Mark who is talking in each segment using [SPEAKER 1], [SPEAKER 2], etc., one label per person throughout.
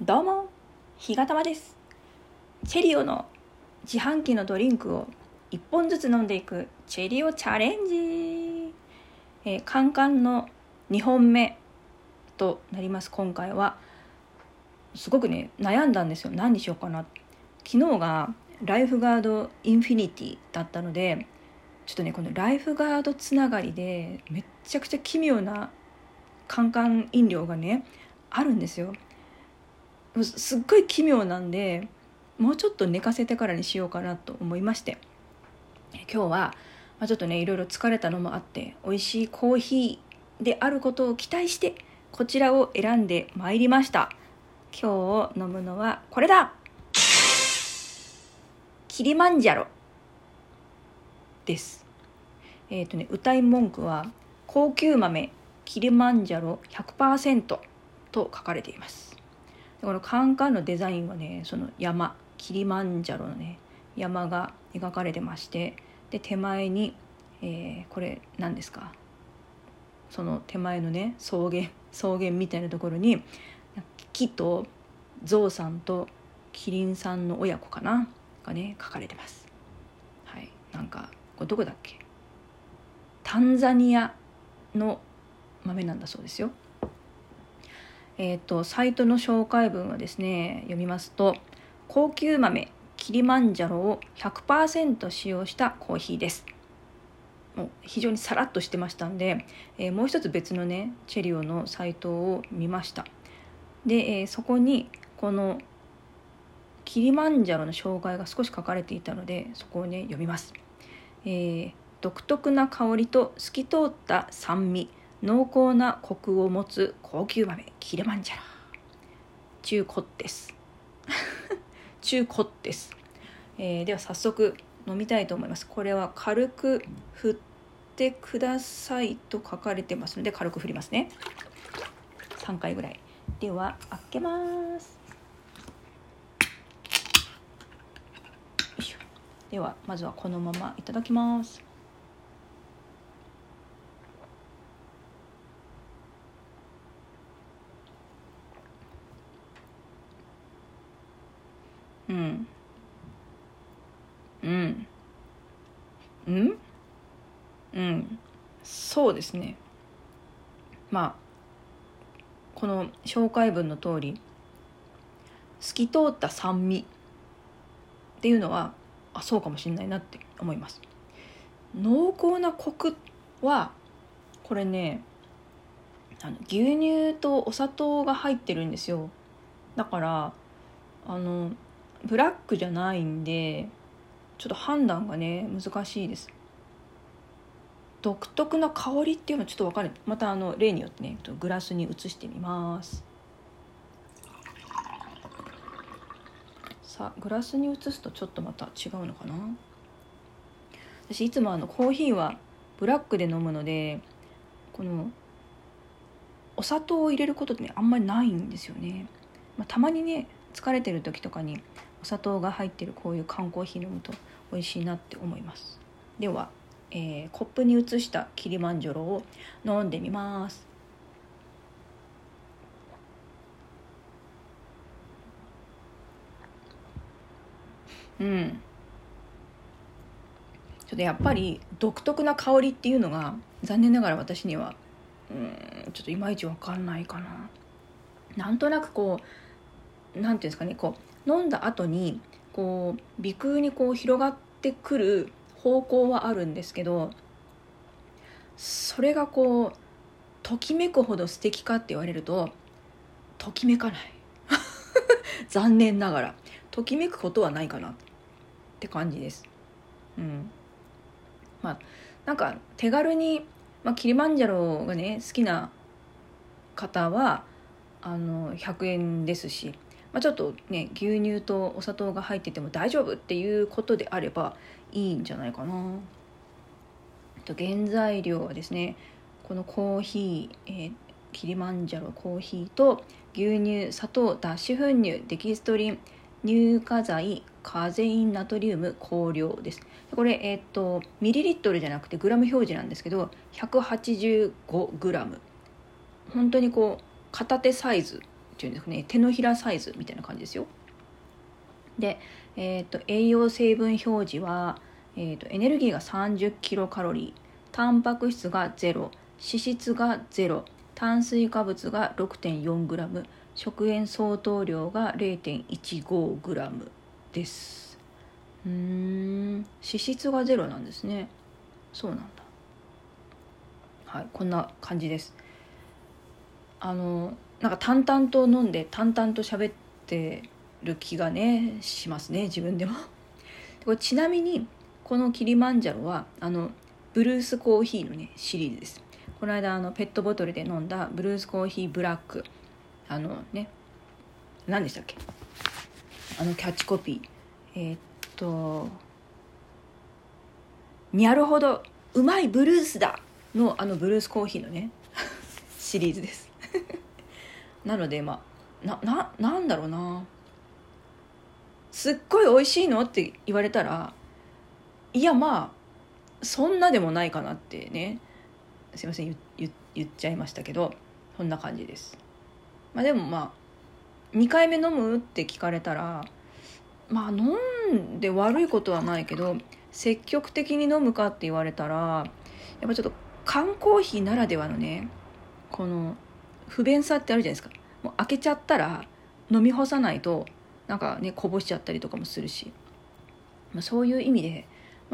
[SPEAKER 1] どうも、ひがたまです。チェリオの自販機のドリンクを1本ずつ飲んでいくチェリオチャレンジ。カンカンの2本目となります。今回はすごくね悩んだんですよ。何にしようかな。昨日がライフガードインフィニティだったので、ちょっとねこのライフガードつながりでめっちゃくちゃ奇妙なカンカン飲料がねあるんですよ。すっごい奇妙なんで、もうちょっと寝かせてからにしようかなと思いまして、今日はちょっとねいろいろ疲れたのもあって美味しいコーヒーであることを期待してこちらを選んでまいりました。今日飲むのはこれだ。キリマンジャロです。歌い文句は高級豆キリマンジャロ 100% と書かれています。このカンカンのデザインはね、その山キリマンジャロのね山が描かれてまして、で手前に、これ何ですか、その手前のね草原みたいなところに木とゾウさんとキリンさんの親子かながね書かれてます。はい、なんかこれどこだっけ、タンザニアの豆なんだそうですよ。サイトの紹介文はですね、読みますと、高級豆キリマンジャロを 100% 使用したコーヒーです。もう非常にさらっとしてましたんで、もう一つ別のねチェリオのサイトを見ました。で、そこにこのキリマンジャロの紹介が少し書かれていたので、そこをね読みます。独特な香りと透き通った酸味、濃厚なコクを持つ高級豆キリマンジャロ。中古です中古です。では早速飲みたいと思います。これは軽く振ってくださいと書かれてますので、軽く振りますね。3回ぐらい。では開けます。よいしょ。ではまずはこのままいただきます。そうですね。この紹介文の通り透き通った酸味っていうのはそうかもしれないなって思います。濃厚なコクはこれね、牛乳とお砂糖が入ってるんですよ。だからブラックじゃないんで、ちょっと判断がね難しいです。独特な香りっていうのはちょっと分かる。また例によってねグラスに移してみます。さあグラスに移すとちょっとまた違うのかな。私いつもコーヒーはブラックで飲むので、このお砂糖を入れることってねあんまりないんですよね。たまにね疲れてる時とかにお砂糖が入ってるこういう缶コーヒー飲むと美味しいなって思います。では、コップに移したキリマンジャロを飲んでみます。ちょっとやっぱり独特な香りっていうのが残念ながら私にはちょっといまいち分かんないかな。なんとなくこうなんていうんですかね、こう飲んだ後にこう鼻腔にこう広がってくる方向はあるんですけど、それがこうときめくほど素敵かって言われるとときめかない残念ながらときめくことはないかなって感じです。なんか手軽に、キリマンジャロがね好きな方は100円ですし、ちょっとね牛乳とお砂糖が入ってても大丈夫っていうことであればいいんじゃないかな。原材料はですね、このコーヒー、キリマンジャロコーヒーと牛乳、砂糖、脱脂粉乳、デキストリン、乳化剤、カゼイン、ナトリウム、香料です。これ、ミリリットルじゃなくてグラム表示なんですけど 185 グラム、本当にこう片手サイズ、 っていうんですかね、手のひらサイズみたいな感じですよ。で、栄養成分表示は、エネルギーが30キロカロリー、タンパク質が0、脂質が0、炭水化物が 6.4 グラム、食塩相当量が 0.15 グラムです。脂質が0なんですね。そうなんだ。はい、こんな感じです。なんか淡々と飲んで淡々と喋ってる気がねしますね、自分でも。これちなみにこのキリマンジャロはブルースコーヒーのねシリーズです。この間ペットボトルで飲んだブルースコーヒーブラック、何でしたっけ、キャッチコピーにゃるほどうまいブルースだのブルースコーヒーのねシリーズですなのでなんだろうな、すっごい美味しいのって言われたら、いやそんなでもないかなってね、すいません言っちゃいましたけど、そんな感じです。でも2回目飲むって聞かれたら、飲んで悪いことはないけど、積極的に飲むかって言われたら、やっぱちょっと缶コーヒーならではのね、この不便さってあるじゃないですか。もう開けちゃったら飲み干さないとなんかねこぼしちゃったりとかもするし、そういう意味で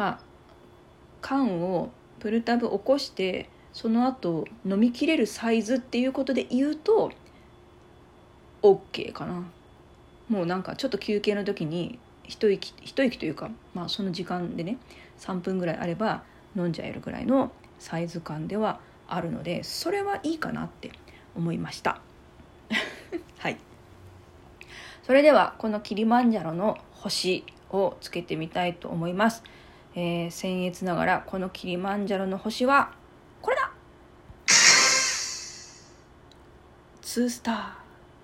[SPEAKER 1] 缶をプルタブ起こしてその後飲みきれるサイズっていうことで言うと OK かな。もうなんかちょっと休憩の時に一息というか、その時間でね3分ぐらいあれば飲んじゃえるぐらいのサイズ感ではあるので、それはいいかなって思いましたはい、それではこのキリマンジャロの星をつけてみたいと思います。僭越ながらこのキリマンジャロの星はこれだ、2スタ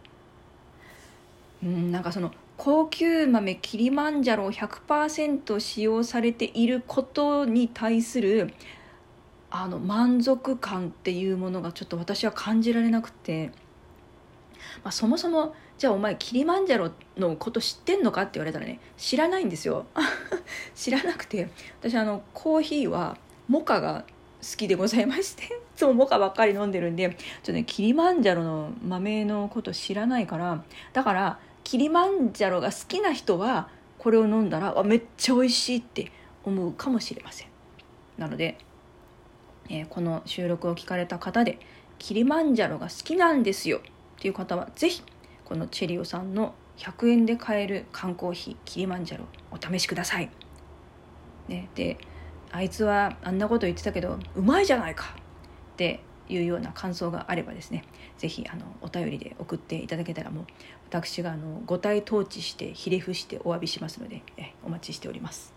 [SPEAKER 1] ー。なんかその高級豆キリマンジャロを 100% 使用されていることに対する満足感っていうものがちょっと私は感じられなくて、そもそもじゃあお前キリマンジャロのこと知ってんのかって言われたらね、知らないんですよ知らなくて、私コーヒーはモカが好きでございましていつもモカばっかり飲んでるんで、ちょっとねキリマンジャロの豆のこと知らないから、だからキリマンジャロが好きな人はこれを飲んだらめっちゃ美味しいって思うかもしれません。なので、この収録を聞かれた方でキリマンジャロが好きなんですよっていう方はぜひこのチェリオさんの100円で買える缶コーヒーキリマンジャロお試しください、ね、であいつはあんなこと言ってたけどうまいじゃないかっていうような感想があればですね、ぜひお便りで送っていただけたら、もう私が5体統治してひれ伏してお詫びしますのでお待ちしております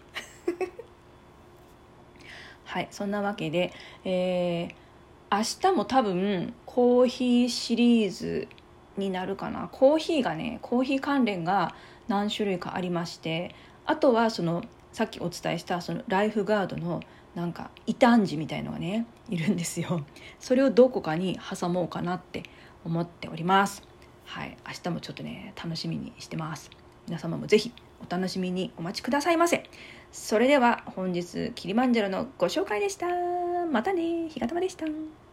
[SPEAKER 1] はい、そんなわけで、明日も多分コーヒーシリーズになるかな。コーヒー関連が何種類かありまして、あとはさっきお伝えしたそのライフガードのなんか異端児みたいのがねいるんですよ。それをどこかに挟もうかなって思っております。はい、明日もちょっとね楽しみにしてます。皆様もぜひお楽しみにお待ちくださいませ。それでは本日キリマンジャロのご紹介でした。またね。ひがたまでした。